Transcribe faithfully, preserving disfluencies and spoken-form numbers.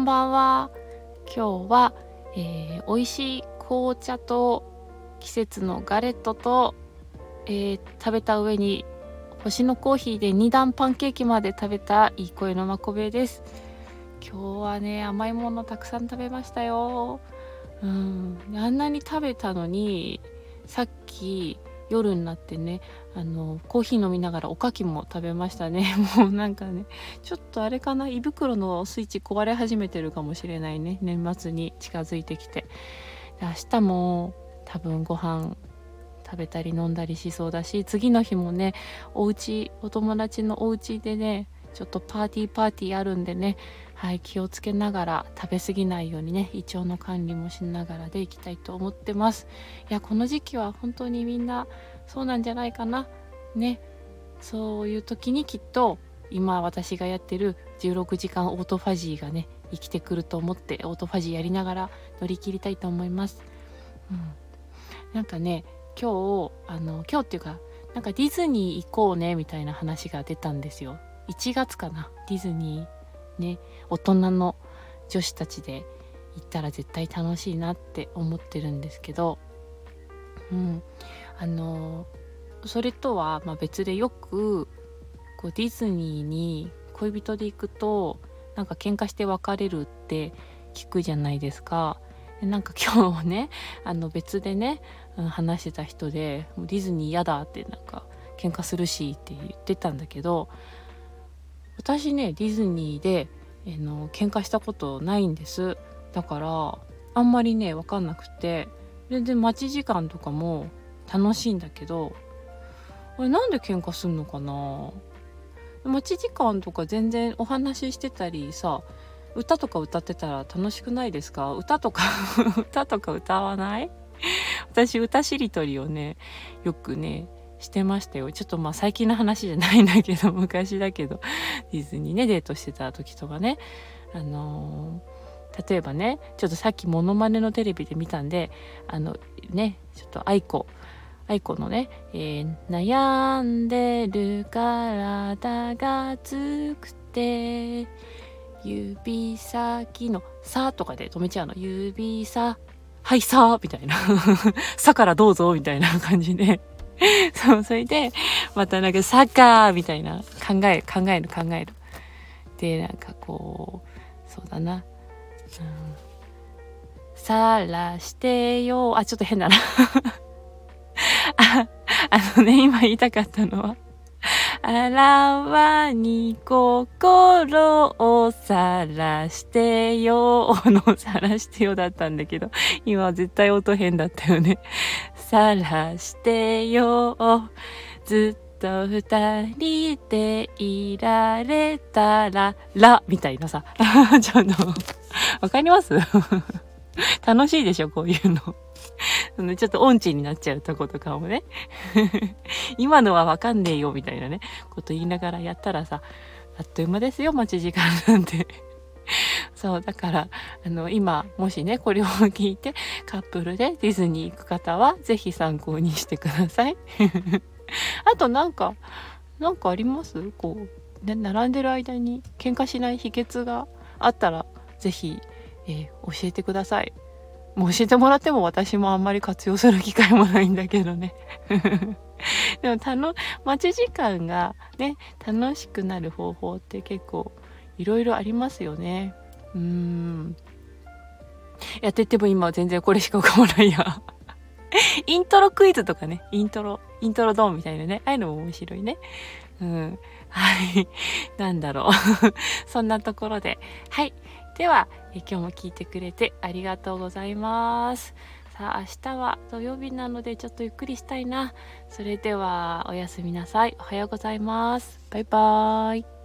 んばんは。今日は、えー、美味しい紅茶と季節のガレットと、えー、食べた上に星のコーヒーでに段パンケーキまで食べたいい声のまこべです。今日はね、甘いものたくさん食べましたよ。うん、あんなに食べたのに、さっき夜になってね、あのコーヒー飲みながらおかきも食べましたね。もうなんかね、ちょっとあれかな、胃袋のスイッチ壊れ始めてるかもしれないね。年末に近づいてきて、明日も多分ご飯食べたり飲んだりしそうだし、次の日もね、お家お友達のお家でね、ちょっとパーティーパーティーあるんでね、はい、気をつけながら、食べ過ぎないようにね、胃腸の管理もしながらでいきたいと思ってます。いや、この時期は本当にみんなそうなんじゃないかなね。そういう時にきっと今私がやってるじゅうろくじかんオートファジーがね、生きてくると思って、オートファジーやりながら乗り切りたいと思います。うん、なんかね、今日あの今日っていうか、なんかディズニー行こうねみたいな話が出たんですよ。いちがつかな、ディズニーね、大人の女子たちで行ったら絶対楽しいなって思ってるんですけど、うん、あのそれとはまあ別で、よくこうディズニーに恋人で行くとなんか喧嘩して別れるって聞くじゃないですか。でなんか今日ね、あの別でね、うん、話してた人で、もうディズニー嫌だってなんか喧嘩するしって言ってたんだけど、私ね、ディズニーでえの喧嘩したことないんです。だからあんまりね分かんなくて、全然待ち時間とかも楽しいんだけど、あれなんで喧嘩すんのかな。待ち時間とか全然お話ししてたりさ、歌とか歌ってたら楽しくないですか？歌とか歌とか歌わない？私歌しりとりをね、よくねしてましたよ。ちょっとまあ最近の話じゃないんだけど、昔だけど、ディズニーねデートしてた時とかね、あのー、例えばね、ちょっとさっきモノマネのテレビで見たんで、あのね、ちょっと愛子愛子のね、えー、悩んでる体が熱くて指先のさとかで止めちゃうの。指さはいさみたいなさからどうぞみたいな感じでそう、それでまたなんかさかみたいな、考え考える考えるで、なんかこう、そうだな、うん、さらしてよ、あ、ちょっと変だなあ, あのね、今言いたかったのは、あらわに心をさらしてよのさらしてよだったんだけど、今は絶対音変だったよね。さらしてよ、ずっと二人でいられたららみたいなさちょっとわかります楽しいでしょ、こういうのちょっと音痴になっちゃうとことかもね今のはわかんねえよみたいなねこと言いながらやったらさ、あっという間ですよ、待ち時間なんてそうだから、あの今もしねこれを聞いてカップルでディズニー行く方はぜひ参考にしてくださいあとなんかなんかあります？こう、ね、並んでる間に喧嘩しない秘訣があったらぜひ、えー、教えてください。もう教えてもらっても私もあんまり活用する機会もないんだけどねでもたの待ち時間がね楽しくなる方法って結構いろいろありますよね。うーん、やってても今は全然これしか浮かばないやイントロクイズとかね、イントロイントロドンみたいなね、ああいうのも面白いね。うん、はいなんだろうそんなところで、はい、ではえ今日も聞いてくれてありがとうございます。さあ明日は土曜日なのでちょっとゆっくりしたいな。それではおやすみなさい。おはようございます。バイバーイ。